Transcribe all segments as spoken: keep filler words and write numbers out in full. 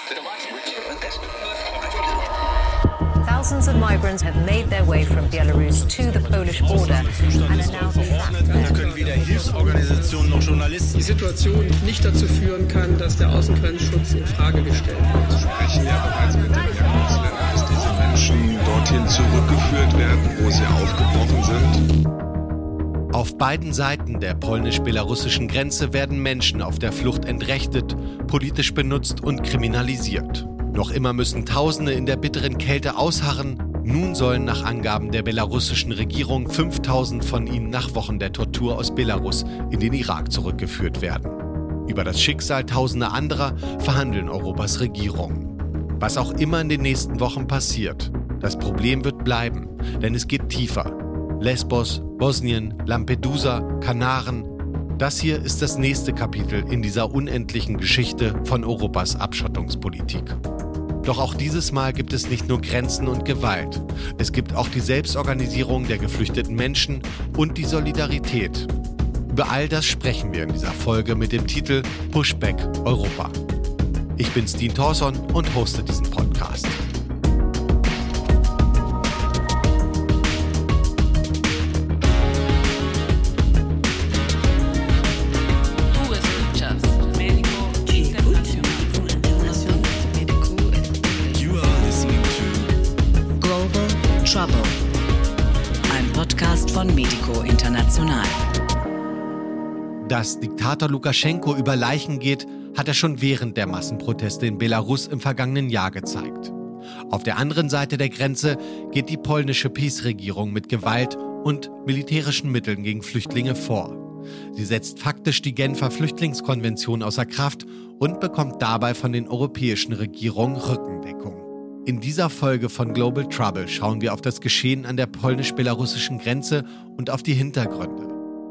Thousands of migrants have made their way from Belarus to the Polish border and are now trapped there. Können weder Hilfsorganisationen noch Journalisten die Situation nicht dazu führen kann, dass der Außengrenzschutz in Frage gestellt wird. Wir sprechen ja bereits mit den Herkunftsländern, dass diese Menschen dorthin zurückgeführt werden, wo sie aufgebrochen sind. Auf beiden Seiten der polnisch-belarussischen Grenze werden Menschen auf der Flucht entrechtet, politisch benutzt und kriminalisiert. Noch immer müssen Tausende in der bitteren Kälte ausharren. Nun sollen nach Angaben der belarussischen Regierung fünftausend von ihnen nach Wochen der Tortur aus Belarus in den Irak zurückgeführt werden. Über das Schicksal tausender anderer verhandeln Europas Regierungen. Was auch immer in den nächsten Wochen passiert, das Problem wird bleiben, denn es geht tiefer. Lesbos, Bosnien, Lampedusa, Kanaren. Das hier ist das nächste Kapitel in dieser unendlichen Geschichte von Europas Abschottungspolitik. Doch auch dieses Mal gibt es nicht nur Grenzen und Gewalt. Es gibt auch die Selbstorganisierung der geflüchteten Menschen und die Solidarität. Über all das sprechen wir in dieser Folge mit dem Titel Pushback Europa. Ich bin Steen Thorson und hoste diesen Podcast. Trouble. Ein Podcast von Medico International. Dass Diktator Lukaschenko über Leichen geht, hat er schon während der Massenproteste in Belarus im vergangenen Jahr gezeigt. Auf der anderen Seite der Grenze geht die polnische PiS-Regierung mit Gewalt und militärischen Mitteln gegen Flüchtlinge vor. Sie setzt faktisch die Genfer Flüchtlingskonvention außer Kraft und bekommt dabei von den europäischen Regierungen Rückendeckung. In dieser Folge von Global Trouble schauen wir auf das Geschehen an der polnisch-belarussischen Grenze und auf die Hintergründe.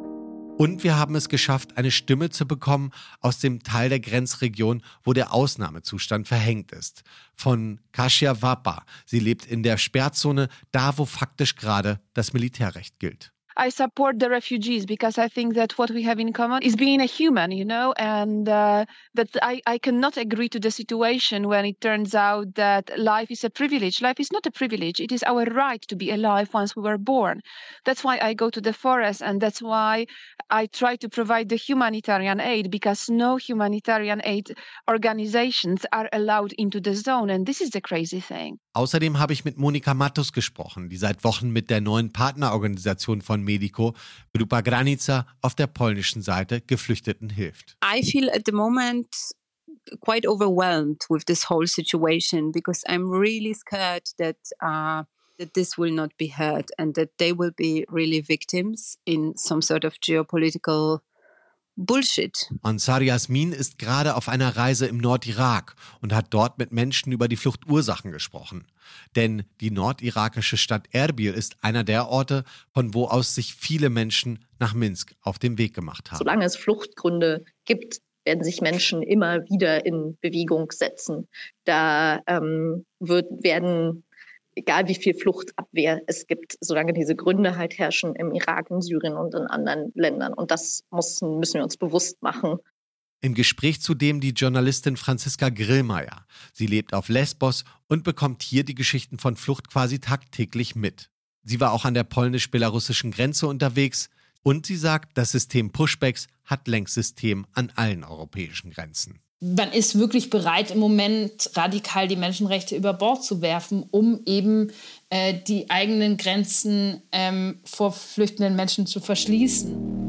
Und wir haben es geschafft, eine Stimme zu bekommen aus dem Teil der Grenzregion, wo der Ausnahmezustand verhängt ist. Von Kasia Wapa. Sie lebt in der Sperrzone, da wo faktisch gerade das Militärrecht gilt. I support the refugees because I think that what we have in common is being a human, you know, and uh, that I, I cannot agree to the situation when it turns out that life is a privilege. Life is not a privilege. It is our right to be alive once we were born. That's why I go to the forest, and that's why I try to provide the humanitarian aid, because no humanitarian aid organizations are allowed into the zone, and this is the crazy thing. Außerdem habe ich mit Monika Matus gesprochen, die seit Wochen mit der neuen Partnerorganisation von Medico, Grupa Granica, auf der polnischen Seite Geflüchteten hilft. I feel at the moment quite overwhelmed with this whole situation because I'm really scared that uh, that this will not be heard and that they will be really victims in some sort of geopolitical Bullshit. Ansar Yasmin ist gerade auf einer Reise im Nordirak und hat dort mit Menschen über die Fluchtursachen gesprochen. Denn die nordirakische Stadt Erbil ist einer der Orte, von wo aus sich viele Menschen nach Minsk auf den Weg gemacht haben. Solange es Fluchtgründe gibt, werden sich Menschen immer wieder in Bewegung setzen. Da ähm, wird, werden egal wie viel Fluchtabwehr es gibt, solange diese Gründe halt herrschen im Irak, in Syrien und in anderen Ländern. Und das müssen, müssen wir uns bewusst machen. Im Gespräch zudem die Journalistin Franziska Grillmeier. Sie lebt auf Lesbos und bekommt hier die Geschichten von Flucht quasi tagtäglich mit. Sie war auch an der polnisch-belarussischen Grenze unterwegs und sie sagt, das System Pushbacks hat längst System an allen europäischen Grenzen. Man ist wirklich bereit, im Moment radikal die Menschenrechte über Bord zu werfen, um eben äh, die eigenen Grenzen ähm, vor flüchtenden Menschen zu verschließen.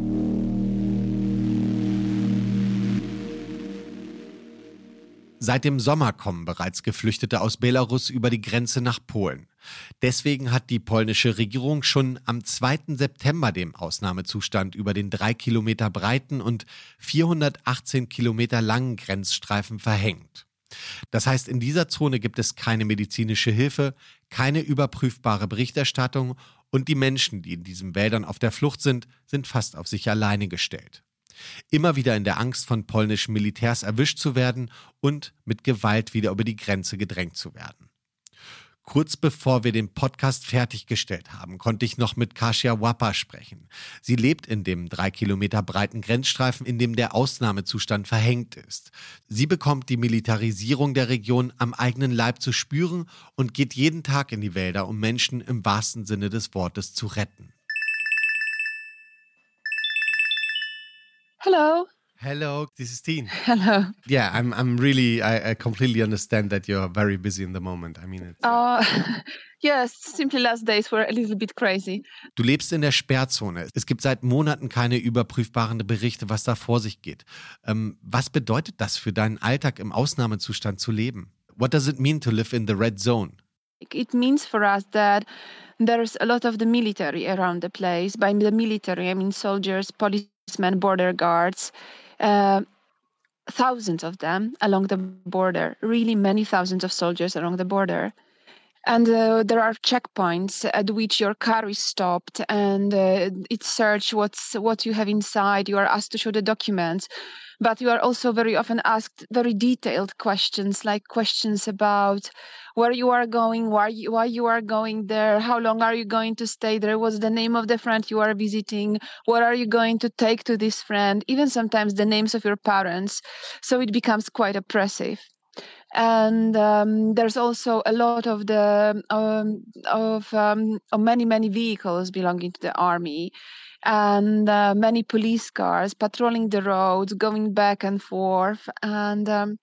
Seit dem Sommer kommen bereits Geflüchtete aus Belarus über die Grenze nach Polen. Deswegen hat die polnische Regierung schon am zweiten September den Ausnahmezustand über den drei Kilometer breiten und vierhundertachtzehn Kilometer langen Grenzstreifen verhängt. Das heißt, in dieser Zone gibt es keine medizinische Hilfe, keine überprüfbare Berichterstattung und die Menschen, die in diesen Wäldern auf der Flucht sind, sind fast auf sich alleine gestellt. Immer wieder in der Angst, von polnischen Militärs erwischt zu werden und mit Gewalt wieder über die Grenze gedrängt zu werden. Kurz bevor wir den Podcast fertiggestellt haben, konnte ich noch mit Kasia Wappa sprechen. Sie lebt in dem drei Kilometer breiten Grenzstreifen, in dem der Ausnahmezustand verhängt ist. Sie bekommt die Militarisierung der Region am eigenen Leib zu spüren und geht jeden Tag in die Wälder, um Menschen im wahrsten Sinne des Wortes zu retten. Hello. Hello, this is Tine. Hello. Yeah, I'm. I'm really. I, I completely understand that you're very busy in the moment. I mean, it's, Uh, yes, simply last days were a little bit crazy. Du lebst in der Sperrzone. Es gibt seit Monaten keine überprüfbaren Berichte, was da vor sich geht. Ähm, was bedeutet das für deinen Alltag im Ausnahmezustand zu leben? What does it mean to live in the red zone? It means for us that there's a lot of the military around the place. By the military, I mean soldiers, policemen, border guards. Uh, thousands of them along the border, really many thousands of soldiers along the border. And uh, there are checkpoints at which your car is stopped and uh, it's searched what's what you have inside. You are asked to show the documents, but you are also very often asked very detailed questions, like questions about where you are going, why you, why you are going there, how long are you going to stay there, what's the name of the friend you are visiting, what are you going to take to this friend, even sometimes the names of your parents. So it becomes quite oppressive. And um, there's also a lot of the um, of, um, of many many vehicles belonging to the army, and uh, many police cars patrolling the roads, going back and forth. And um,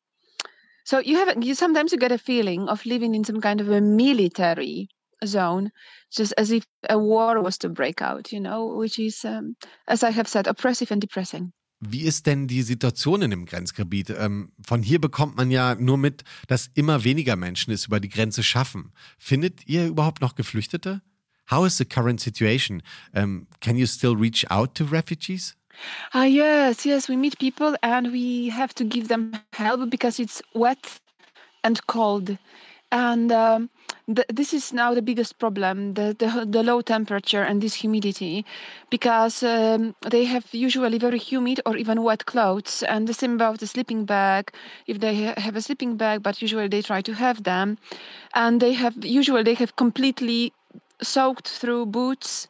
so you have you sometimes you get a feeling of living in some kind of a military zone, just as if a war was to break out. You know, which is, um, as I have said, oppressive and depressing. Wie ist denn die Situation in dem Grenzgebiet? Ähm, von hier bekommt man ja nur mit, dass immer weniger Menschen es über die Grenze schaffen. Findet ihr überhaupt noch Geflüchtete? How is the current situation? Um, can you still reach out to refugees? Ah, yes, yes, we meet people and we have to give them help because it's wet and cold. And um, th- this is now the biggest problem, the, the, the low temperature and this humidity, because um, they have usually very humid or even wet clothes. And the same about the sleeping bag, if they ha- have a sleeping bag, but usually they try to have them. And they have, usually they have completely soaked through boots,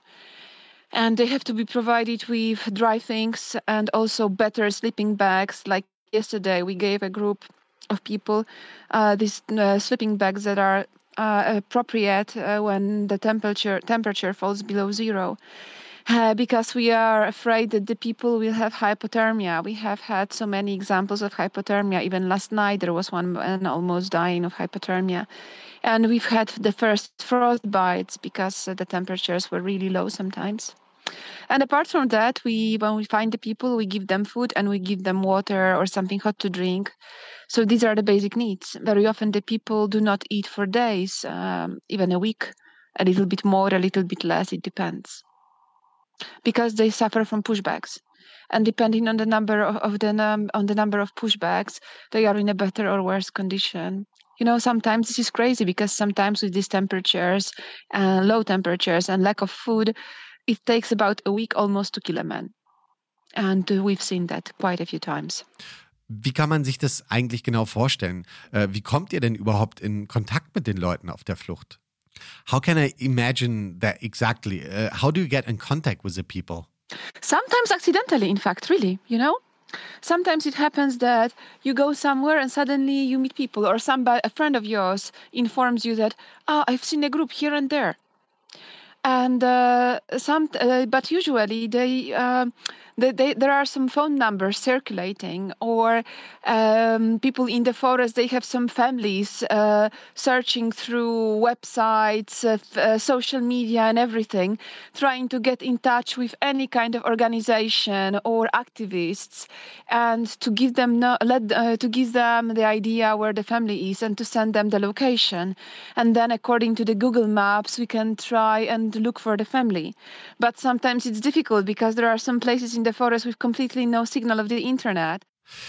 and they have to be provided with dry things and also better sleeping bags. Like yesterday, we gave a group of people uh, these uh, sleeping bags that are uh, appropriate uh, when the temperature temperature falls below zero, uh, because we are afraid that the people will have hypothermia. We have had so many examples of hypothermia. Even last night there was one man almost dying of hypothermia. And we've had the first frost bites because uh, the temperatures were really low sometimes. And apart from that, we when we find the people, we give them food and we give them water or something hot to drink. So these are the basic needs. Very often the people do not eat for days, um, even a week, a little bit more, a little bit less, it depends. Because they suffer from pushbacks. And depending on the number of, of the um, on the number of pushbacks, they are in a better or worse condition. You know, sometimes this is crazy because sometimes with these temperatures, uh, low temperatures and lack of food, it takes about a week almost to kill a man. And uh, we've seen that quite a few times. Wie kann man sich das eigentlich genau vorstellen? Äh, wie kommt ihr denn überhaupt in Kontakt mit den Leuten auf der Flucht? How can I imagine that exactly? Uh, how do you get in contact with the people? Sometimes accidentally, in fact, really, you know? Sometimes it happens that you go somewhere and suddenly you meet people, or somebody, a friend of yours informs you that, oh, I've seen a group here and there. And uh, some, uh, but usually they, uh, they, they, there are some phone numbers circulating, or um, people in the forest. They have some families uh, searching through websites, uh, f- uh, social media, and everything, trying to get in touch with any kind of organization or activists, and to give them no, let uh, to give them the idea where the family is, and to send them the location, and then according to the Google Maps, we can try and look for the family. But sometimes it's difficult because there are some places in the forest with completely no signal of the internet.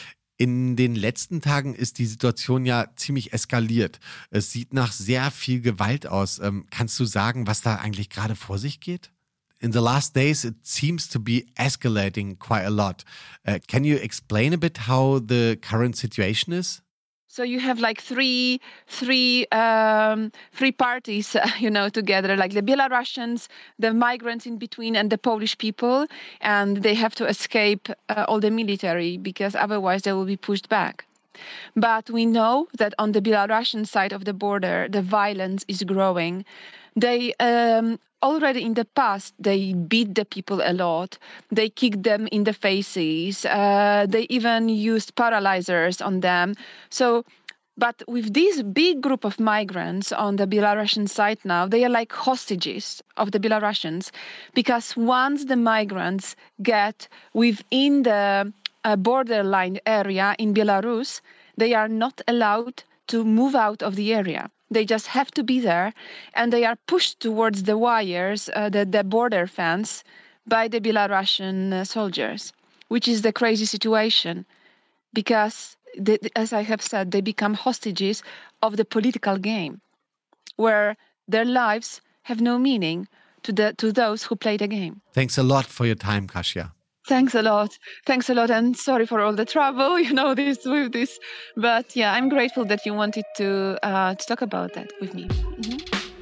In den letzten Tagen ist die Situation ja ziemlich eskaliert. Es sieht nach sehr viel Gewalt aus. Ähm, kannst du sagen, was da eigentlich gerade vor sich geht? In the last days, it seems to be escalating quite a lot. Uh, can you explain a bit how the current situation is? So you have like three, three, um, three parties, uh, you know, together, like the Belarusians, the migrants in between, and the Polish people, and they have to escape uh, all the military because otherwise they will be pushed back. But we know that on the Belarusian side of the border, the violence is growing. They um, already in the past, they beat the people a lot. They kicked them in the faces. Uh, they even used paralyzers on them. So, but with this big group of migrants on the Belarusian side now, they are like hostages of the Belarusians, because once the migrants get within the uh, borderline area in Belarus, they are not allowed to move out of the area. They just have to be there, and they are pushed towards the wires, uh, the, the border fence, by the Belarusian uh, soldiers, which is the crazy situation, because, they, as I have said, they become hostages of the political game, where their lives have no meaning to the to those who play the game. Thanks a lot for your time, Kasia. Thanks a lot. Thanks a lot. And sorry for all the trouble, you know, this with this. But yeah, I'm grateful that you wanted to, uh, to talk about that with me. Mm-hmm.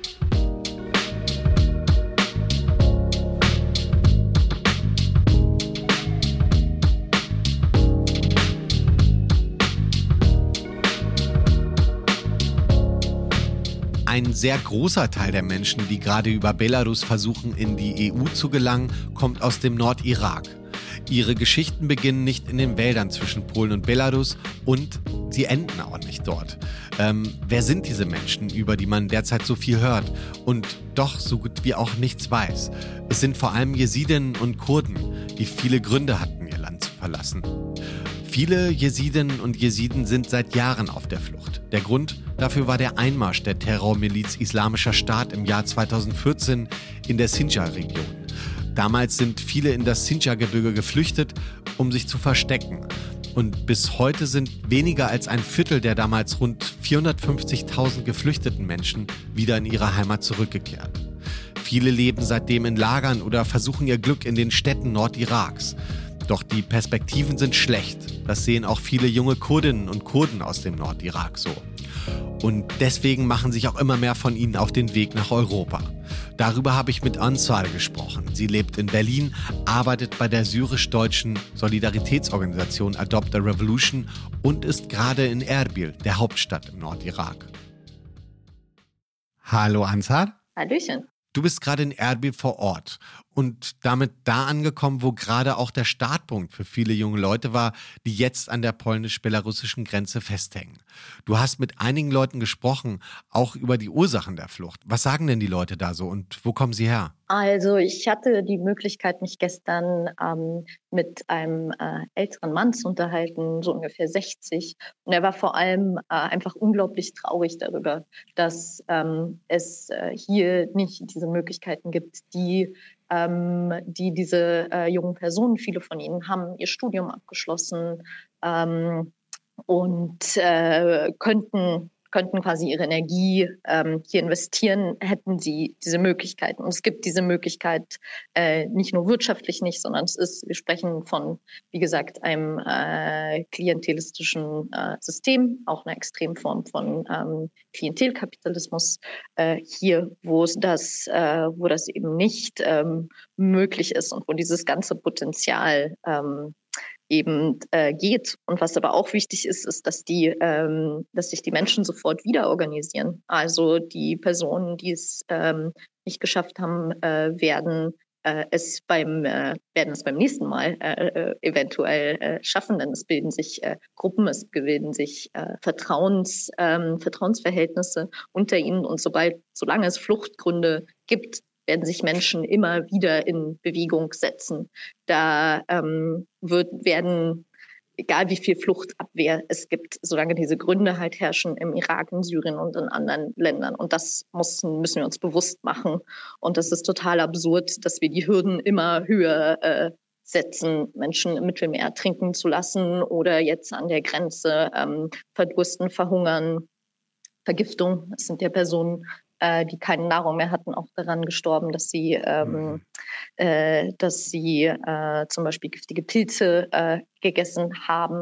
Ein sehr großer Teil der Menschen, die gerade über Belarus versuchen, in die E U zu gelangen, kommt aus dem Nordirak. Ihre Geschichten beginnen nicht in den Wäldern zwischen Polen und Belarus und sie enden auch nicht dort. Ähm, wer sind diese Menschen, über die man derzeit so viel hört und doch so gut wie auch nichts weiß? Es sind vor allem Jesidinnen und Kurden, die viele Gründe hatten, ihr Land zu verlassen. Viele Jesidinnen und Jesiden sind seit Jahren auf der Flucht. Der Grund dafür war der Einmarsch der Terrormiliz Islamischer Staat im Jahr zweitausendvierzehn in der Sinjar-Region. Damals sind viele in das Sinjar-Gebirge geflüchtet, um sich zu verstecken. Und bis heute sind weniger als ein Viertel der damals rund vierhundertfünfzigtausend geflüchteten Menschen wieder in ihre Heimat zurückgekehrt. Viele leben seitdem in Lagern oder versuchen ihr Glück in den Städten Nordiraks. Doch die Perspektiven sind schlecht. Das sehen auch viele junge Kurdinnen und Kurden aus dem Nordirak so. Und deswegen machen sich auch immer mehr von ihnen auf den Weg nach Europa. Darüber habe ich mit Ansar gesprochen. Sie lebt in Berlin, arbeitet bei der syrisch-deutschen Solidaritätsorganisation Adopt a Revolution und ist gerade in Erbil, der Hauptstadt im Nordirak. Hallo Ansar. Hallöchen. Du bist gerade in Erbil vor Ort und damit da angekommen, wo gerade auch der Startpunkt für viele junge Leute war, die jetzt an der polnisch-belarussischen Grenze festhängen. Du hast mit einigen Leuten gesprochen, auch über die Ursachen der Flucht. Was sagen denn die Leute da so und wo kommen sie her? Also ich hatte die Möglichkeit, mich gestern ähm, mit einem äh, älteren Mann zu unterhalten, so ungefähr sechzig. Und er war vor allem äh, einfach unglaublich traurig darüber, dass ähm, es äh, hier nicht diese Möglichkeiten gibt, die ähm, die diese äh, jungen Personen, viele von ihnen haben ihr Studium abgeschlossen ähm, und äh, könnten könnten quasi ihre Energie ähm, hier investieren, hätten sie diese Möglichkeiten. Und es gibt diese Möglichkeit äh, nicht nur wirtschaftlich nicht, sondern es ist, wir sprechen von, wie gesagt, einem äh, klientelistischen äh, System, auch einer Extremform von ähm, Klientelkapitalismus äh, hier, wo es das, äh, wo das eben nicht ähm, möglich ist und wo dieses ganze Potenzial ähm, eben äh, geht. Und was aber auch wichtig ist, ist, dass die, ähm, dass sich die Menschen sofort wieder organisieren. Also die Personen, die es ähm, nicht geschafft haben, äh, werden äh, es beim äh, werden es beim nächsten Mal äh, eventuell äh, schaffen, denn es bilden sich äh, Gruppen, es bilden sich äh, Vertrauens, ähm, Vertrauensverhältnisse unter ihnen. Und sobald, solange es Fluchtgründe gibt, werden sich Menschen immer wieder in Bewegung setzen. Da ähm, wird, werden, egal wie viel Fluchtabwehr es gibt, solange diese Gründe halt herrschen im Irak, in Syrien und in anderen Ländern. Und das muss, müssen wir uns bewusst machen. Und das ist total absurd, dass wir die Hürden immer höher äh, setzen, Menschen im Mittelmeer ertrinken zu lassen oder jetzt an der Grenze ähm, verdursten, verhungern, Vergiftung. Es sind ja Personen, die keine Nahrung mehr hatten, auch daran gestorben, dass sie, ähm, äh, dass sie äh, zum Beispiel giftige Pilze äh, gegessen haben.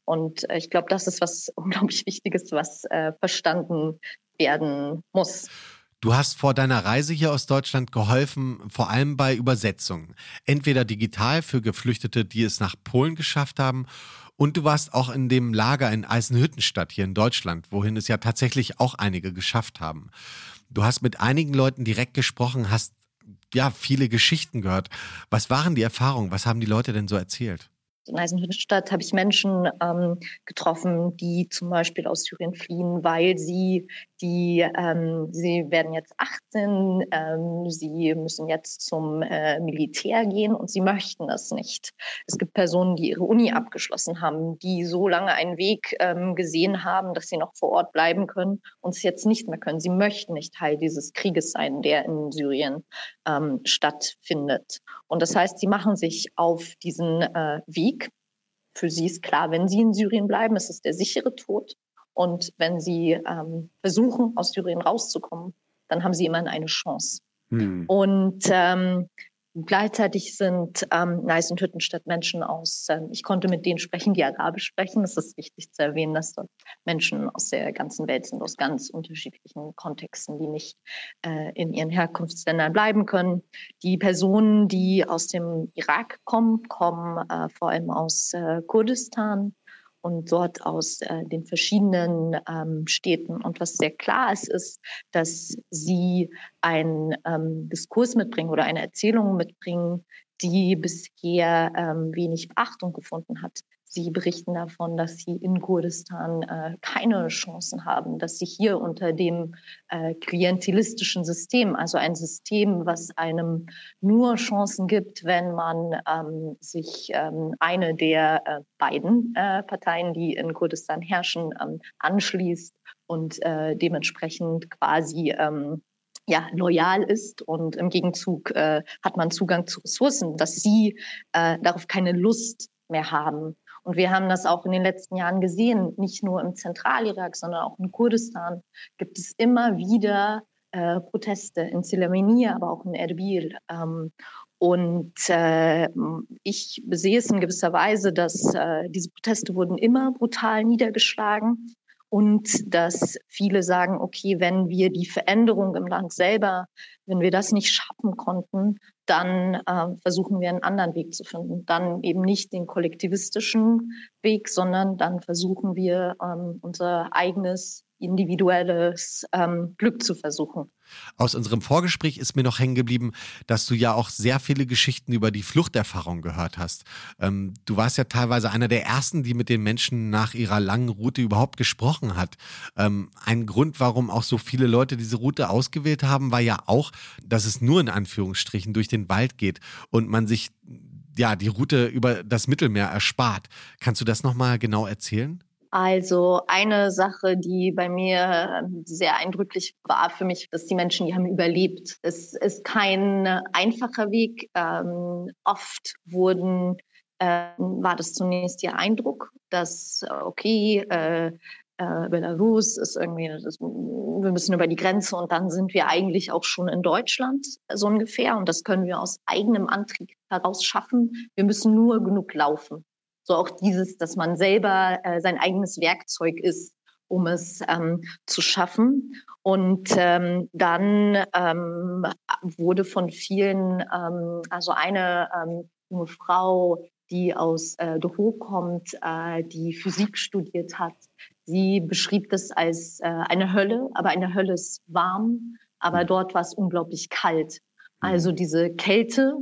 Und äh, ich glaube, das ist was unglaublich Wichtiges, was äh, verstanden werden muss. Du hast vor deiner Reise hier aus Deutschland geholfen, vor allem bei Übersetzungen. Entweder digital für Geflüchtete, die es nach Polen geschafft haben, und du warst auch in dem Lager in Eisenhüttenstadt hier in Deutschland, wohin es ja tatsächlich auch einige geschafft haben. Du hast mit einigen Leuten direkt gesprochen, hast ja viele Geschichten gehört. Was waren die Erfahrungen? Was haben die Leute denn so erzählt? In Eisenhüttenstadt habe ich Menschen ähm, getroffen, die zum Beispiel aus Syrien fliehen, weil sie die, ähm, sie werden jetzt achtzehn, ähm, sie müssen jetzt zum äh, Militär gehen und sie möchten das nicht. Es gibt Personen, die ihre Uni abgeschlossen haben, die so lange einen Weg ähm, gesehen haben, dass sie noch vor Ort bleiben können und es jetzt nicht mehr können. Sie möchten nicht Teil dieses Krieges sein, der in Syrien ähm, stattfindet. Und das heißt, sie machen sich auf diesen äh, Weg. Für sie ist klar, wenn sie in Syrien bleiben, ist es der sichere Tod. Und wenn sie ähm, versuchen, aus Syrien rauszukommen, dann haben sie immerhin eine Chance. Hm. Und ähm, gleichzeitig sind ähm, in Eisenhüttenstadt Menschen aus, ähm, ich konnte mit denen sprechen, die Arabisch sprechen. Es ist wichtig zu erwähnen, dass dort Menschen aus der ganzen Welt sind, aus ganz unterschiedlichen Kontexten, die nicht äh, in ihren Herkunftsländern bleiben können. Die Personen, die aus dem Irak kommen, kommen äh, vor allem aus äh, Kurdistan und dort aus äh, den verschiedenen ähm, Städten. Und was sehr klar ist, ist, dass sie einen ähm, Diskurs mitbringen oder eine Erzählung mitbringen, die bisher ähm, wenig Beachtung gefunden hat. Sie berichten davon, dass sie in Kurdistan äh, keine Chancen haben, dass sie hier unter dem äh, klientelistischen System, also ein System, was einem nur Chancen gibt, wenn man ähm, sich ähm, eine der äh, beiden äh, Parteien, die in Kurdistan herrschen, ähm, anschließt und äh, dementsprechend quasi ähm, ja, loyal ist und im Gegenzug äh, hat man Zugang zu Ressourcen, dass sie äh, darauf keine Lust mehr haben. Und wir haben das auch in den letzten Jahren gesehen, nicht nur im Zentralirak, sondern auch in Kurdistan gibt es immer wieder äh, Proteste, in Zilameniye, aber auch in Erbil. Ähm, und äh, ich sehe es in gewisser Weise, dass äh, diese Proteste wurden immer brutal niedergeschlagen. Und dass viele sagen, okay, wenn wir die Veränderung im Land selber, wenn wir das nicht schaffen konnten, dann äh, versuchen wir einen anderen Weg zu finden. Dann eben nicht den kollektivistischen Weg, sondern dann versuchen wir ähm, unser eigenes individuelles ähm, Glück zu versuchen. Aus unserem Vorgespräch ist mir noch hängen geblieben, dass du ja auch sehr viele Geschichten über die Fluchterfahrung gehört hast. Ähm, du warst ja teilweise einer der Ersten, die mit den Menschen nach ihrer langen Route überhaupt gesprochen hat. Ähm, ein Grund, warum auch so viele Leute diese Route ausgewählt haben, war ja auch, dass es nur in Anführungsstrichen durch den Wald geht und man sich ja die Route über das Mittelmeer erspart. Kannst du das nochmal genau erzählen? Also eine Sache, die bei mir sehr eindrücklich war für mich, dass die Menschen, die haben überlebt. Es ist kein einfacher Weg. Ähm, oft wurden, äh, war das zunächst der Eindruck, dass, okay, äh, äh, Belarus ist irgendwie, das, wir müssen über die Grenze und dann sind wir eigentlich auch schon in Deutschland, so ungefähr. Und das können wir aus eigenem Antrieb heraus schaffen. Wir müssen nur genug laufen. So auch dieses, dass man selber äh, sein eigenes Werkzeug ist, um es ähm, zu schaffen. Und ähm, dann ähm, wurde von vielen, ähm, also eine ähm, junge Frau, die aus äh, Doho kommt, äh, die Physik studiert hat, sie beschrieb das als äh, eine Hölle, aber eine Hölle ist warm, aber dort war es unglaublich kalt. Also diese Kälte,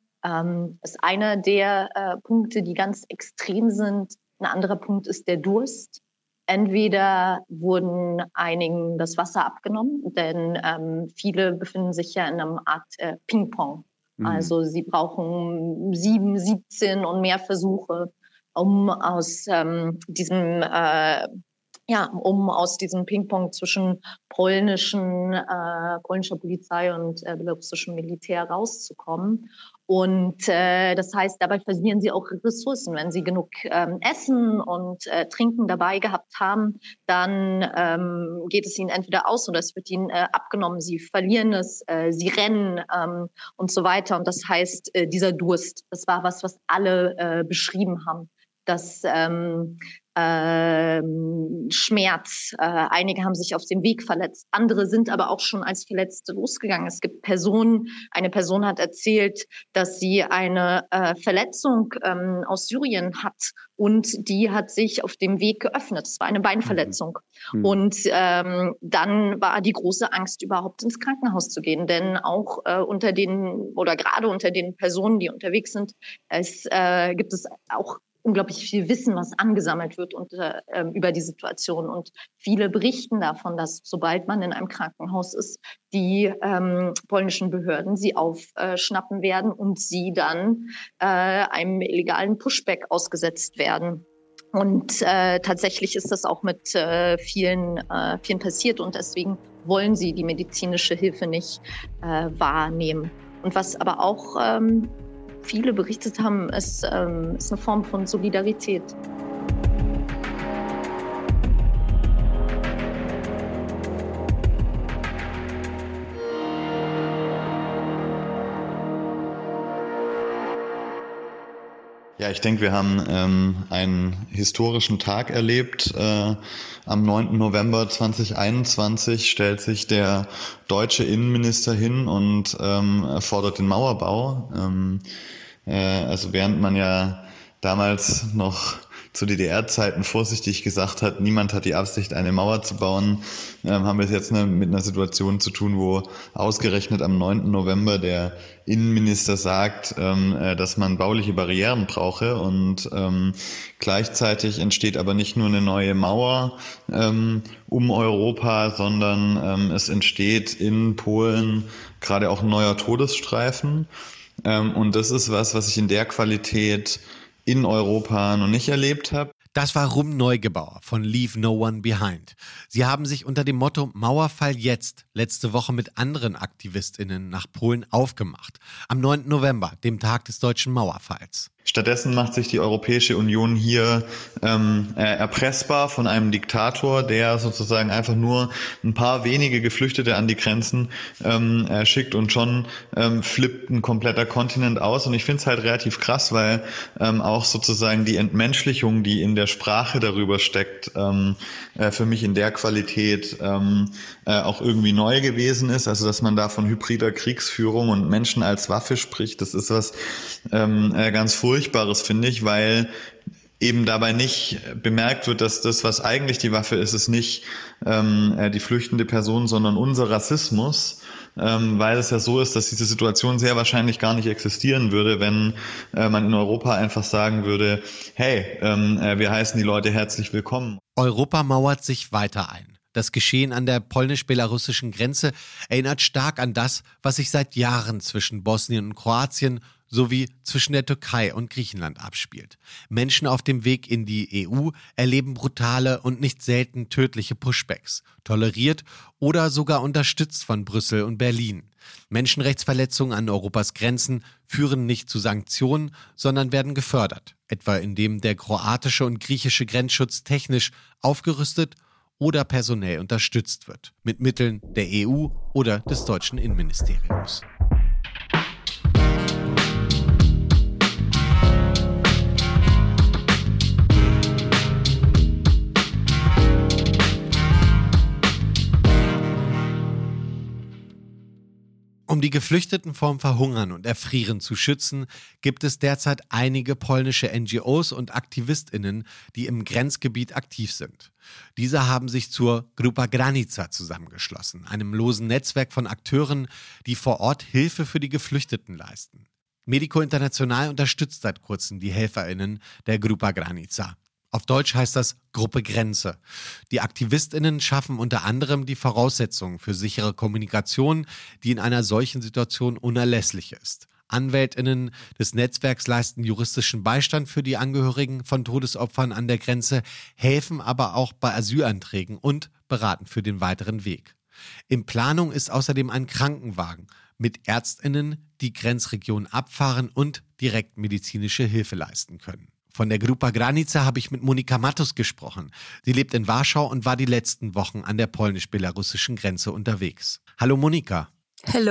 Ähm, ist einer der äh, Punkte, die ganz extrem sind. Ein anderer Punkt ist der Durst. Entweder wurden einigen das Wasser abgenommen, denn ähm, viele befinden sich ja in einer Art äh, Ping-Pong. Mhm. Also sie brauchen sieben, siebzehn und mehr Versuche, um aus ähm, diesem äh, Ja, um aus diesem Ping-Pong zwischen polnischen, äh, polnischer Polizei und äh, belarussischem Militär rauszukommen. Und äh, das heißt, dabei verlieren sie auch Ressourcen. Wenn sie genug ähm, Essen und äh, Trinken dabei gehabt haben, dann ähm, geht es ihnen entweder aus oder es wird ihnen äh, abgenommen. Sie verlieren es, äh, sie rennen ähm, und so weiter. Und das heißt, äh, dieser Durst, das war was, was alle äh, beschrieben haben. Dass, ähm, ähm, Schmerz. Äh, einige haben sich auf dem Weg verletzt. Andere sind aber auch schon als Verletzte losgegangen. Es gibt Personen, eine Person hat erzählt, dass sie eine äh, Verletzung ähm, aus Syrien hat und die hat sich auf dem Weg geöffnet. Es war eine Beinverletzung. Mhm. Und ähm, dann war die große Angst, überhaupt ins Krankenhaus zu gehen. Denn auch äh, unter den, oder gerade unter den Personen, die unterwegs sind, es äh, gibt es auch unglaublich viel Wissen, was angesammelt wird und, äh, über die Situation. Und viele berichten davon, dass sobald man in einem Krankenhaus ist, die ähm, polnischen Behörden sie aufschnappen werden und sie dann äh, einem illegalen Pushback ausgesetzt werden. Und äh, tatsächlich ist das auch mit äh, vielen, äh, vielen passiert und deswegen wollen sie die medizinische Hilfe nicht äh, wahrnehmen. Und was aber auch ähm, viele berichtet haben, ist, ähm, ist eine Form von Solidarität. Ja, ich denke, wir haben ähm, einen historischen Tag erlebt. Äh, am neunten November zweitausendeinundzwanzig stellt sich der deutsche Innenminister hin und ähm, fordert den Mauerbau. Ähm, äh, also während man ja damals noch zu D D R-Zeiten vorsichtig gesagt hat, niemand hat die Absicht, eine Mauer zu bauen, ähm, haben wir es jetzt ne, mit einer Situation zu tun, wo ausgerechnet am neunten November der Innenminister sagt, ähm, äh, dass man bauliche Barrieren brauche und ähm, gleichzeitig entsteht aber nicht nur eine neue Mauer ähm, um Europa, sondern ähm, es entsteht in Polen gerade auch ein neuer Todesstreifen ähm, und das ist was, was ich in der Qualität in Europa noch nicht erlebt habe. Das war Rum Neugebauer von Leave No One Behind. Sie haben sich unter dem Motto Mauerfall jetzt letzte Woche mit anderen AktivistInnen nach Polen aufgemacht. Am neunten November, dem Tag des deutschen Mauerfalls. Stattdessen macht sich die Europäische Union hier ähm, erpressbar von einem Diktator, der sozusagen einfach nur ein paar wenige Geflüchtete an die Grenzen ähm, schickt und schon ähm, flippt ein kompletter Kontinent aus. Und ich finde es halt relativ krass, weil ähm, auch sozusagen die Entmenschlichung, die in der Sprache darüber steckt, ähm, äh, für mich in der Qualität ähm, äh, auch irgendwie neu gewesen ist. Also dass man da von hybrider Kriegsführung und Menschen als Waffe spricht, das ist was ähm, äh, ganz furchtbares. Furchtbares, finde ich, weil eben dabei nicht bemerkt wird, dass das, was eigentlich die Waffe ist, ist nicht ähm, die flüchtende Person, sondern unser Rassismus, ähm, weil es ja so ist, dass diese Situation sehr wahrscheinlich gar nicht existieren würde, wenn äh, man in Europa einfach sagen würde, hey, ähm, äh, wir heißen die Leute herzlich willkommen. Europa mauert sich weiter ein. Das Geschehen an der polnisch-belarussischen Grenze erinnert stark an das, was sich seit Jahren zwischen Bosnien und Kroatien sowie zwischen der Türkei und Griechenland abspielt. Menschen auf dem Weg in die E U erleben brutale und nicht selten tödliche Pushbacks, toleriert oder sogar unterstützt von Brüssel und Berlin. Menschenrechtsverletzungen an Europas Grenzen führen nicht zu Sanktionen, sondern werden gefördert, etwa indem der kroatische und griechische Grenzschutz technisch aufgerüstet oder personell unterstützt wird, mit Mitteln der E U oder des deutschen Innenministeriums. Um die Geflüchteten vorm Verhungern und Erfrieren zu schützen, gibt es derzeit einige polnische N G Os und AktivistInnen, die im Grenzgebiet aktiv sind. Diese haben sich zur Grupa Granica zusammengeschlossen, einem losen Netzwerk von Akteuren, die vor Ort Hilfe für die Geflüchteten leisten. Medico International unterstützt seit kurzem die HelferInnen der Grupa Granica. Auf Deutsch heißt das Gruppe Grenze. Die AktivistInnen schaffen unter anderem die Voraussetzungen für sichere Kommunikation, die in einer solchen Situation unerlässlich ist. AnwältInnen des Netzwerks leisten juristischen Beistand für die Angehörigen von Todesopfern an der Grenze, helfen aber auch bei Asylanträgen und beraten für den weiteren Weg. In Planung ist außerdem ein Krankenwagen mit ÄrztInnen, die Grenzregionen abfahren und direkt medizinische Hilfe leisten können. Von der Grupa Granica habe ich mit Monika Matus gesprochen. Sie lebt in Warschau und war die letzten Wochen an der polnisch-belarussischen Grenze unterwegs. Hallo Monika. Hello.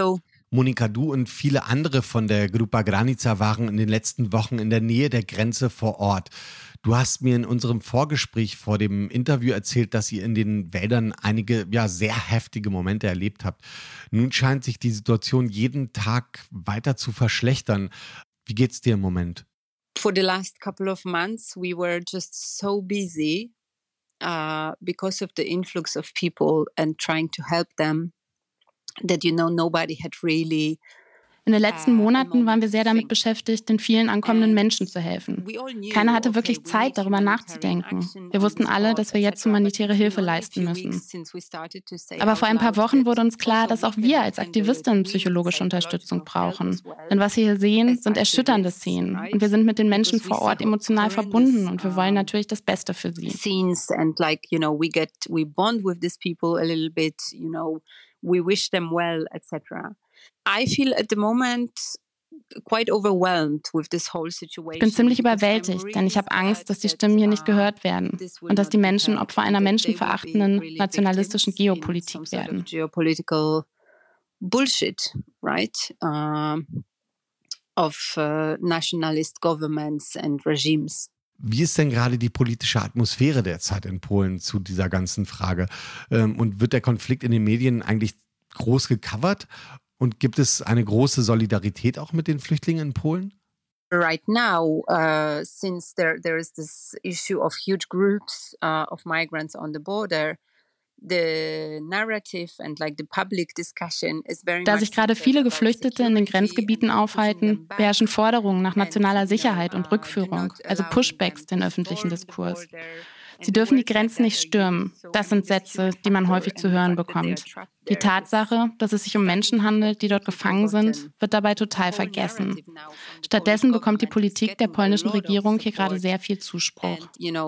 Monika, du und viele andere von der Grupa Granica waren in den letzten Wochen in der Nähe der Grenze vor Ort. Du hast mir in unserem Vorgespräch vor dem Interview erzählt, dass ihr in den Wäldern einige ja, sehr heftige Momente erlebt habt. Nun scheint sich die Situation jeden Tag weiter zu verschlechtern. Wie geht's dir im Moment? For the last couple of months, we were just so busy uh, because of the influx of people and trying to help them. That, you know, nobody had really In den letzten Monaten waren wir sehr damit beschäftigt, den vielen ankommenden Menschen zu helfen. Keiner hatte wirklich Zeit, darüber nachzudenken. Wir wussten alle, dass wir jetzt humanitäre Hilfe leisten müssen. Aber vor ein paar Wochen wurde uns klar, dass auch wir als Aktivistinnen psychologische Unterstützung brauchen. Denn was wir hier sehen, sind erschütternde Szenen. Und wir sind mit den Menschen vor Ort emotional verbunden und wir wollen natürlich das Beste für sie. We wish them well, et cetera. I feel at the moment quite overwhelmed with this whole situation. Ich bin ziemlich überwältigt, denn ich habe Angst, dass die Stimmen hier nicht gehört werden und dass die Menschen Opfer einer menschenverachtenden, nationalistischen Geopolitik werden. Geopolitical bullshit, right? Uh, of uh, nationalist governments and regimes. Wie ist denn gerade die politische Atmosphäre derzeit in Polen zu dieser ganzen Frage? Und wird der Konflikt in den Medien eigentlich groß gecovert? Und gibt es eine große Solidarität auch mit den Flüchtlingen in Polen? Right now, uh, since there there is this issue of huge groups uh, of migrants on the border, the narrative and like the public discussion is very much. Da sich gerade viele Geflüchtete in den Grenzgebieten aufhalten, beherrschen Forderungen nach nationaler Sicherheit und Rückführung, also Pushbacks, den öffentlichen Diskurs. Sie dürfen die Grenzen nicht stürmen. Das sind Sätze, die man häufig zu hören bekommt. Die Tatsache, dass es sich um Menschen handelt, die dort gefangen sind, wird dabei total vergessen. Stattdessen bekommt die Politik der polnischen Regierung hier gerade sehr viel Zuspruch.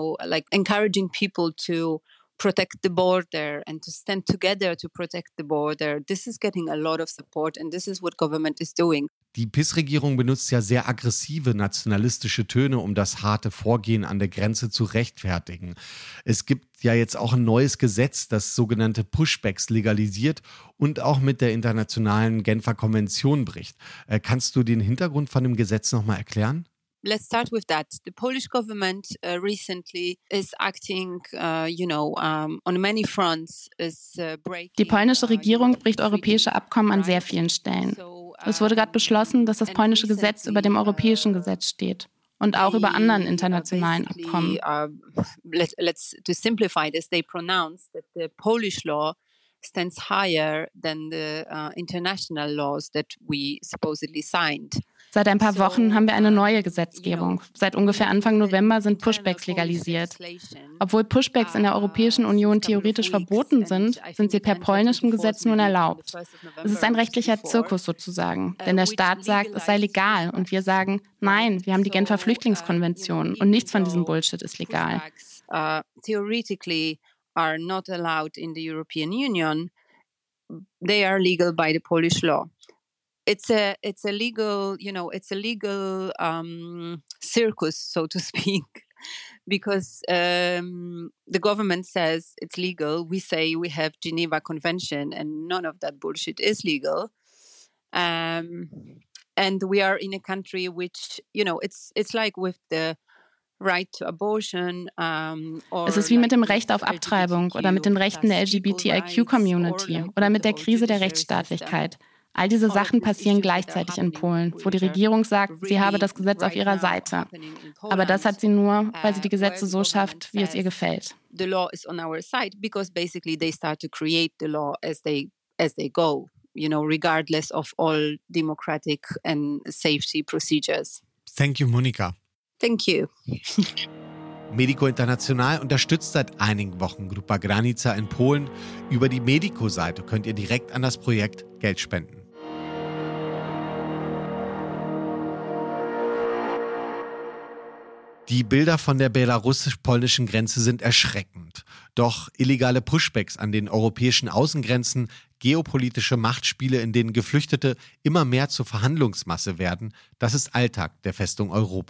Protect the border and to stand together to protect the border. This is getting a lot of support and this is what government is doing. Die P I S-Regierung benutzt ja sehr aggressive nationalistische Töne, um das harte Vorgehen an der Grenze zu rechtfertigen. Es gibt ja jetzt auch ein neues Gesetz, das sogenannte Pushbacks legalisiert und auch mit der internationalen Genfer Konvention bricht. Äh, kannst du den Hintergrund von dem Gesetz nochmal erklären? Let's start with that. The Polish government uh, recently is acting, uh, you know, um, on many fronts. Is, uh, breaking, Die polnische Regierung bricht europäische Abkommen an sehr vielen Stellen. Es wurde gerade beschlossen, dass das polnische Gesetz über dem europäischen Gesetz steht und auch über anderen internationalen Abkommen. Uh, let, let's to simplify this, they pronounced that the Polish law stands higher than the uh, international laws that we supposedly signed. Seit ein paar Wochen haben wir eine neue Gesetzgebung. Seit ungefähr Anfang November sind Pushbacks legalisiert. Obwohl Pushbacks in der Europäischen Union theoretisch verboten sind, sind sie per polnischem Gesetz nun erlaubt. Es ist ein rechtlicher Zirkus sozusagen, denn der Staat sagt, es sei legal und wir sagen, nein, wir haben die Genfer Flüchtlingskonvention und nichts von diesem Bullshit ist legal. Uh, theoretically are not allowed in the European Union. They are legal by the Polish law. It's a it's a legal, you know, it's a legal um, circus, so to speak, because um, the government says it's legal. We say we have Geneva Convention, and none of that bullshit is legal. Um, and we are in a country which, you know, it's it's like with the right to abortion. Um, or es ist wie mit dem Recht auf Abtreibung oder mit den Rechten der L G B T I Q-Community oder mit der Krise der Rechtsstaatlichkeit. All diese Sachen passieren gleichzeitig in Polen, wo die Regierung sagt, sie habe das Gesetz auf ihrer Seite. Aber das hat sie nur, weil sie die Gesetze so schafft, wie es ihr gefällt. The law is on our side because basically they start to create the law as they as they go, you know, regardless of all democratic and safety procedures. Thank you, Monika. Thank you. Medico International unterstützt seit einigen Wochen Grupa Granica in Polen. Über die Medico-Seite könnt ihr direkt an das Projekt Geld spenden. Die Bilder von der belarussisch-polnischen Grenze sind erschreckend. Doch illegale Pushbacks an den europäischen Außengrenzen, geopolitische Machtspiele, in denen Geflüchtete immer mehr zur Verhandlungsmasse werden, das ist Alltag der Festung Europa.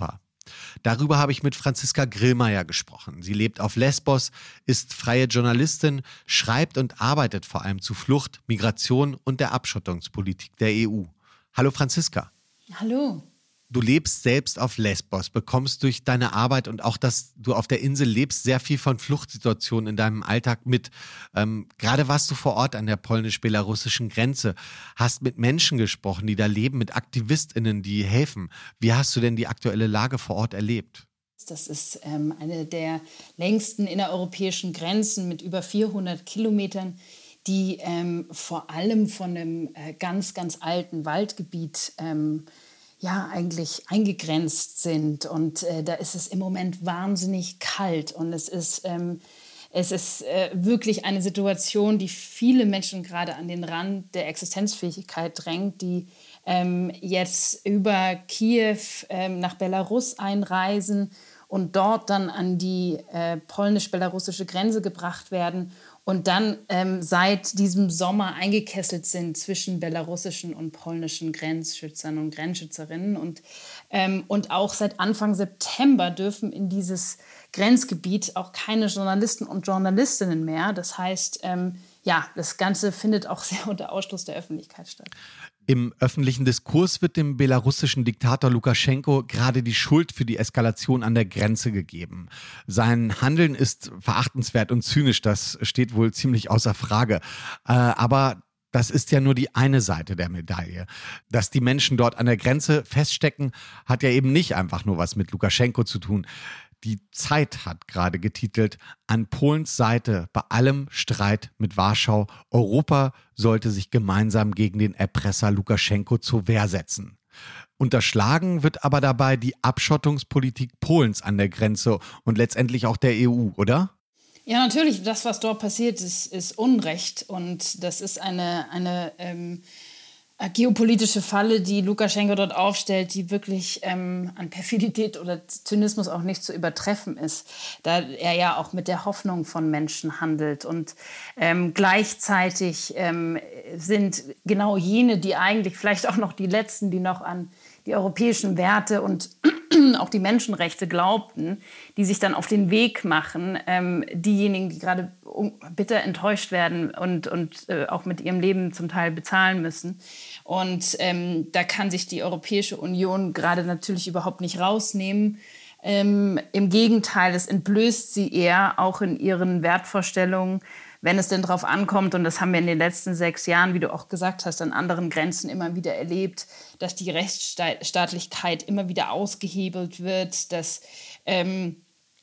Darüber habe ich mit Franziska Grillmeier gesprochen. Sie lebt auf Lesbos, ist freie Journalistin, schreibt und arbeitet vor allem zu Flucht, Migration und der Abschottungspolitik der E U. Hallo Franziska. Hallo. Du lebst selbst auf Lesbos, bekommst durch deine Arbeit und auch, dass du auf der Insel lebst, sehr viel von Fluchtsituationen in deinem Alltag mit. Ähm, gerade warst du vor Ort an der polnisch-belarussischen Grenze, hast mit Menschen gesprochen, die da leben, mit AktivistInnen, die helfen. Wie hast du denn die aktuelle Lage vor Ort erlebt? Das ist ähm, eine der längsten innereuropäischen Grenzen mit über vierhundert Kilometern, die ähm, vor allem von einem äh, ganz, ganz alten Waldgebiet ähm, ja eigentlich eingegrenzt sind. Und äh, da ist es im Moment wahnsinnig kalt. Und es ist, ähm, es ist äh, wirklich eine Situation, die viele Menschen gerade an den Rand der Existenzfähigkeit drängt, die ähm, jetzt über Kiew ähm, nach Belarus einreisen und dort dann an die äh, polnisch-belarussische Grenze gebracht werden und dann ähm, seit diesem Sommer eingekesselt sind zwischen belarussischen und polnischen Grenzschützern und Grenzschützerinnen. Und, ähm, und auch seit Anfang September dürfen in dieses Grenzgebiet auch keine Journalisten und Journalistinnen mehr. Das heißt, ähm, ja, das Ganze findet auch sehr unter Ausschluss der Öffentlichkeit statt. Im öffentlichen Diskurs wird dem belarussischen Diktator Lukaschenko gerade die Schuld für die Eskalation an der Grenze gegeben. Sein Handeln ist verachtenswert und zynisch, das steht wohl ziemlich außer Frage. Äh, aber das ist ja nur die eine Seite der Medaille. Dass die Menschen dort an der Grenze feststecken, hat ja eben nicht einfach nur was mit Lukaschenko zu tun. Die Zeit hat gerade getitelt, an Polens Seite bei allem Streit mit Warschau, Europa sollte sich gemeinsam gegen den Erpresser Lukaschenko zur Wehr setzen. Unterschlagen wird aber dabei die Abschottungspolitik Polens an der Grenze und letztendlich auch der E U, oder? Ja, natürlich, das, was dort passiert, ist, ist Unrecht. Und das ist eine, eine ähm, geopolitische Falle, die Lukaschenko dort aufstellt, die wirklich ähm, an Perfidität oder Zynismus auch nicht zu übertreffen ist, da er ja auch mit der Hoffnung von Menschen handelt. Und ähm, gleichzeitig ähm, sind genau jene, die eigentlich vielleicht auch noch die Letzten, die noch an die europäischen Werte und auch die Menschenrechte glaubten, die sich dann auf den Weg machen, ähm, diejenigen, die gerade bitter enttäuscht werden und, und äh, auch mit ihrem Leben zum Teil bezahlen müssen. Und ähm, da kann sich die Europäische Union gerade natürlich überhaupt nicht rausnehmen. Ähm, im Gegenteil, es entblößt sie eher auch in ihren Wertvorstellungen, wenn es denn darauf ankommt, und das haben wir in den letzten sechs Jahren, wie du auch gesagt hast, an anderen Grenzen immer wieder erlebt, dass die Rechtsstaatlichkeit immer wieder ausgehebelt wird, dass ähm,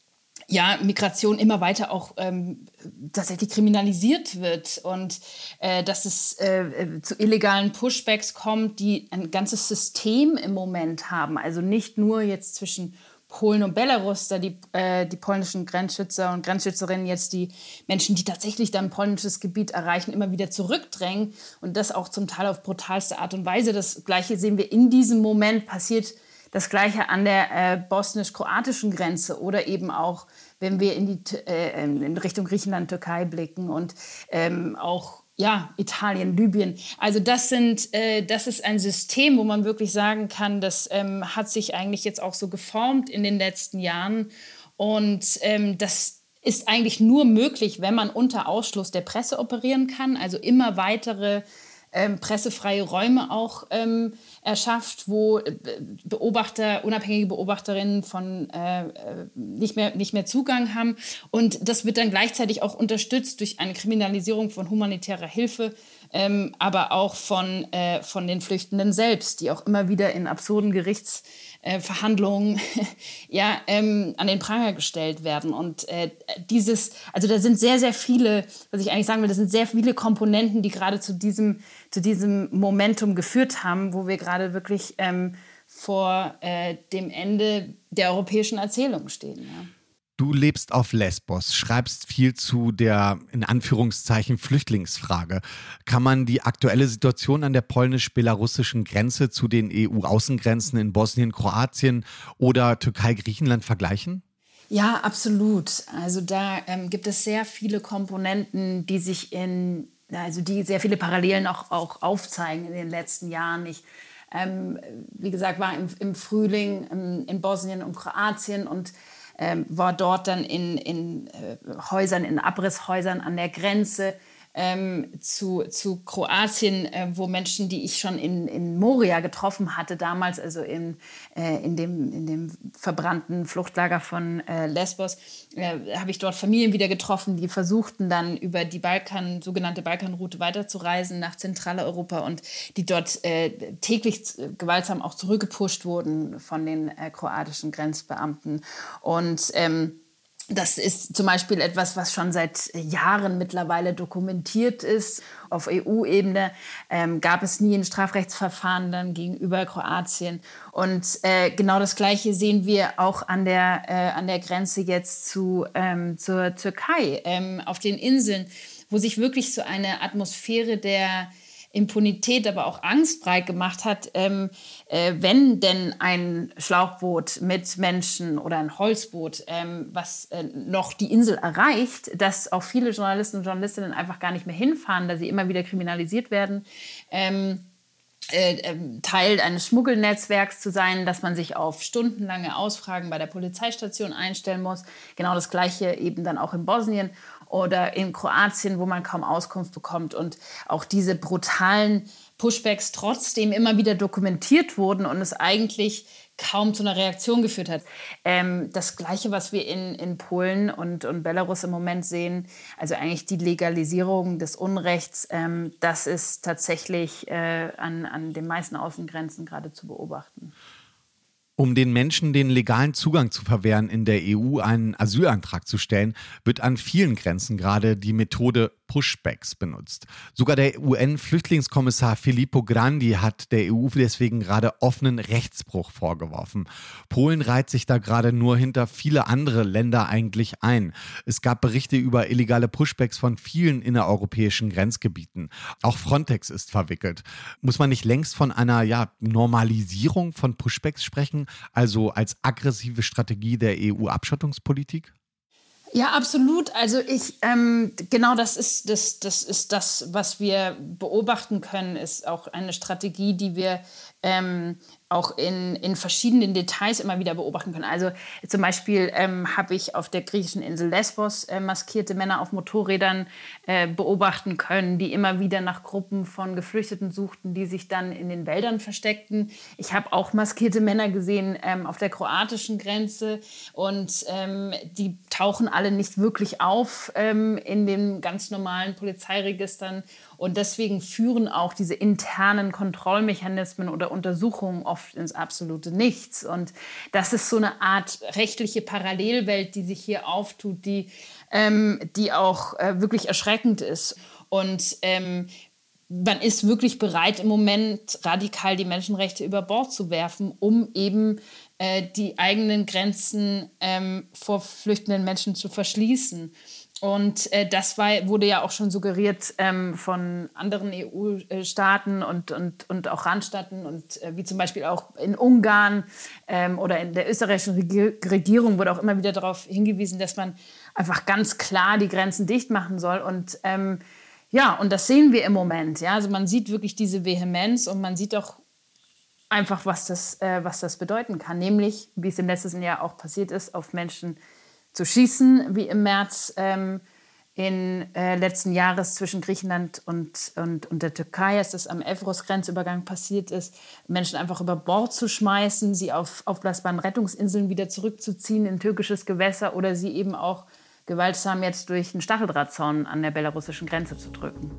ja, Migration immer weiter auch ähm, tatsächlich kriminalisiert wird und äh, dass es äh, zu illegalen Pushbacks kommt, die ein ganzes System im Moment haben. Also nicht nur jetzt zwischen Polen und Belarus, da die, äh, die polnischen Grenzschützer und Grenzschützerinnen jetzt die Menschen, die tatsächlich dann polnisches Gebiet erreichen, immer wieder zurückdrängen und das auch zum Teil auf brutalste Art und Weise. Das Gleiche sehen wir in diesem Moment, passiert das Gleiche an der äh, bosnisch-kroatischen Grenze oder eben auch, wenn wir in, die, äh, in Richtung Griechenland, Türkei blicken und ähm, auch ja, Italien, Libyen. Also das sind, äh, das ist ein System, wo man wirklich sagen kann, das ähm, hat sich eigentlich jetzt auch so geformt in den letzten Jahren. Und ähm, das ist eigentlich nur möglich, wenn man unter Ausschluss der Presse operieren kann, also immer weitere ähm, pressefreie Räume auch ähm, erschafft, wo Beobachter, unabhängige Beobachterinnen von äh, nicht mehr, nicht mehr Zugang haben. Und das wird dann gleichzeitig auch unterstützt durch eine Kriminalisierung von humanitärer Hilfe, ähm, aber auch von, äh, von den Flüchtenden selbst, die auch immer wieder in absurden Gerichtsverhandlungen äh, ja, ähm, an den Pranger gestellt werden. Und äh, dieses, also da sind sehr, sehr viele, was ich eigentlich sagen will, das sind sehr viele Komponenten, die gerade zu diesem, zu diesem Momentum geführt haben, wo wir gerade wirklich ähm, vor äh, dem Ende der europäischen Erzählung stehen. Ja. Du lebst auf Lesbos, schreibst viel zu der, in Anführungszeichen, Flüchtlingsfrage. Kann man die aktuelle Situation an der polnisch-belarussischen Grenze zu den E U-Außengrenzen in Bosnien, Kroatien oder Türkei-Griechenland vergleichen? Ja, absolut. Also da ähm, gibt es sehr viele Komponenten, die sich in, also die sehr viele Parallelen auch, auch aufzeigen in den letzten Jahren. Ich ähm, wie gesagt, war im, im Frühling ähm, in Bosnien und Kroatien und ähm, war dort dann in, in äh, Häusern, in Abrisshäusern an der Grenze ähm, zu, zu Kroatien, äh, wo Menschen, die ich schon in, in Moria getroffen hatte damals, also in, äh, in, dem, in dem verbrannten Fluchtlager von äh, Lesbos, äh, habe ich dort Familien wieder getroffen, die versuchten dann über die Balkan, sogenannte Balkanroute weiterzureisen nach Zentraleuropa und die dort äh, täglich gewaltsam auch zurückgepusht wurden von den äh, kroatischen Grenzbeamten. Und ähm, das ist zum Beispiel etwas, was schon seit Jahren mittlerweile dokumentiert ist. Auf E U-Ebene ähm, gab es nie ein Strafrechtsverfahren dann gegenüber Kroatien. Und äh, genau das Gleiche sehen wir auch an der, äh, an der Grenze jetzt zu, ähm, zur Türkei, ähm, auf den Inseln, wo sich wirklich so eine Atmosphäre der Impunität, aber auch Angst breit gemacht hat, ähm, äh, wenn denn ein Schlauchboot mit Menschen oder ein Holzboot, ähm, was äh, noch die Insel erreicht, dass auch viele Journalisten und Journalistinnen einfach gar nicht mehr hinfahren, da sie immer wieder kriminalisiert werden, ähm, äh, Teil eines Schmuggelnetzwerks zu sein, dass man sich auf stundenlange Ausfragen bei der Polizeistation einstellen muss. Genau das Gleiche eben dann auch in Bosnien oder in Kroatien, wo man kaum Auskunft bekommt. Und auch diese brutalen Pushbacks trotzdem immer wieder dokumentiert wurden und es eigentlich kaum zu einer Reaktion geführt hat. Ähm, das Gleiche, was wir in, in Polen und, und Belarus im Moment sehen, also eigentlich die Legalisierung des Unrechts, ähm, das ist tatsächlich äh, an, an den meisten Außengrenzen gerade zu beobachten. Um den Menschen den legalen Zugang zu verwehren, in der E U einen Asylantrag zu stellen, wird an vielen Grenzen gerade die Methode Pushbacks benutzt. Sogar der U N-Flüchtlingskommissar Filippo Grandi hat der E U deswegen gerade offenen Rechtsbruch vorgeworfen. Polen reiht sich da gerade nur hinter viele andere Länder eigentlich ein. Es gab Berichte über illegale Pushbacks von vielen innereuropäischen Grenzgebieten. Auch Frontex ist verwickelt. Muss man nicht längst von einer ja, Normalisierung von Pushbacks sprechen? Also als aggressive Strategie der E U-Abschottungspolitik? Ja, absolut. Also ich, ähm, genau das ist das, das ist das, was wir beobachten können, ist auch eine Strategie, die wir ähm, auch in, in verschiedenen Details immer wieder beobachten können. Also zum Beispiel ähm, habe ich auf der griechischen Insel Lesbos äh, maskierte Männer auf Motorrädern äh, beobachten können, die immer wieder nach Gruppen von Geflüchteten suchten, die sich dann in den Wäldern versteckten. Ich habe auch maskierte Männer gesehen ähm, auf der kroatischen Grenze und ähm, die tauchen alle nicht wirklich auf ähm, in den ganz normalen Polizeiregistern. Und deswegen führen auch diese internen Kontrollmechanismen oder Untersuchungen oft ins absolute Nichts. Und das ist so eine Art rechtliche Parallelwelt, die sich hier auftut, die, ähm, die auch äh, wirklich erschreckend ist. Und ähm, man ist wirklich bereit, im Moment radikal die Menschenrechte über Bord zu werfen, um eben äh, die eigenen Grenzen ähm, vor flüchtenden Menschen zu verschließen. Und äh, das war, wurde ja auch schon suggeriert ähm, von anderen E U-Staaten und, und, und auch Randstaaten, und äh, wie zum Beispiel auch in Ungarn ähm, oder in der österreichischen Regierung wurde auch immer wieder darauf hingewiesen, dass man einfach ganz klar die Grenzen dicht machen soll. Und ähm, ja, und das sehen wir im Moment. Ja? Also man sieht wirklich diese Vehemenz und man sieht auch einfach, was das, äh, was das bedeuten kann. Nämlich, wie es im letzten Jahr auch passiert ist, auf Menschen zu schießen, wie im März ähm, in äh, letzten Jahres zwischen Griechenland und, und, und der Türkei, als das am Evros-Grenzübergang passiert ist, Menschen einfach über Bord zu schmeißen, sie auf aufblasbaren Rettungsinseln wieder zurückzuziehen in türkisches Gewässer oder sie eben auch gewaltsam jetzt durch einen Stacheldrahtzaun an der belarussischen Grenze zu drücken.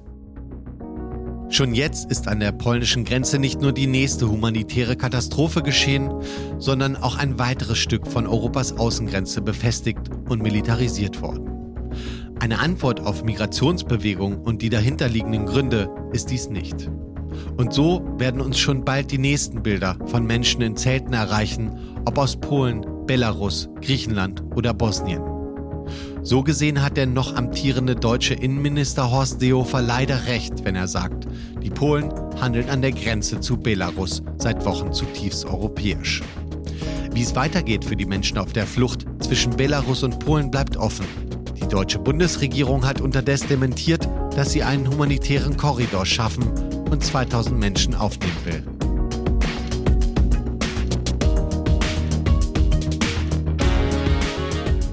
Schon jetzt ist an der polnischen Grenze nicht nur die nächste humanitäre Katastrophe geschehen, sondern auch ein weiteres Stück von Europas Außengrenze befestigt und militarisiert worden. Eine Antwort auf Migrationsbewegungen und die dahinterliegenden Gründe ist dies nicht. Und so werden uns schon bald die nächsten Bilder von Menschen in Zelten erreichen, ob aus Polen, Belarus, Griechenland oder Bosnien. So gesehen hat der noch amtierende deutsche Innenminister Horst Seehofer leider recht, wenn er sagt, die Polen handeln an der Grenze zu Belarus seit Wochen zutiefst europäisch. Wie es weitergeht für die Menschen auf der Flucht zwischen Belarus und Polen bleibt offen. Die deutsche Bundesregierung hat unterdessen dementiert, dass sie einen humanitären Korridor schaffen und zweitausend Menschen aufnehmen will.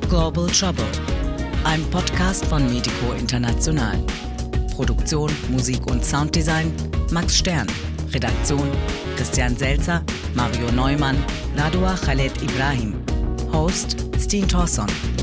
Global Trouble, ein Podcast von Medico International. Produktion, Musik und Sounddesign Max Stern. Redaktion Christian Selzer, Mario Neumann, Radua Khaled Ibrahim. Host Steen Thorson.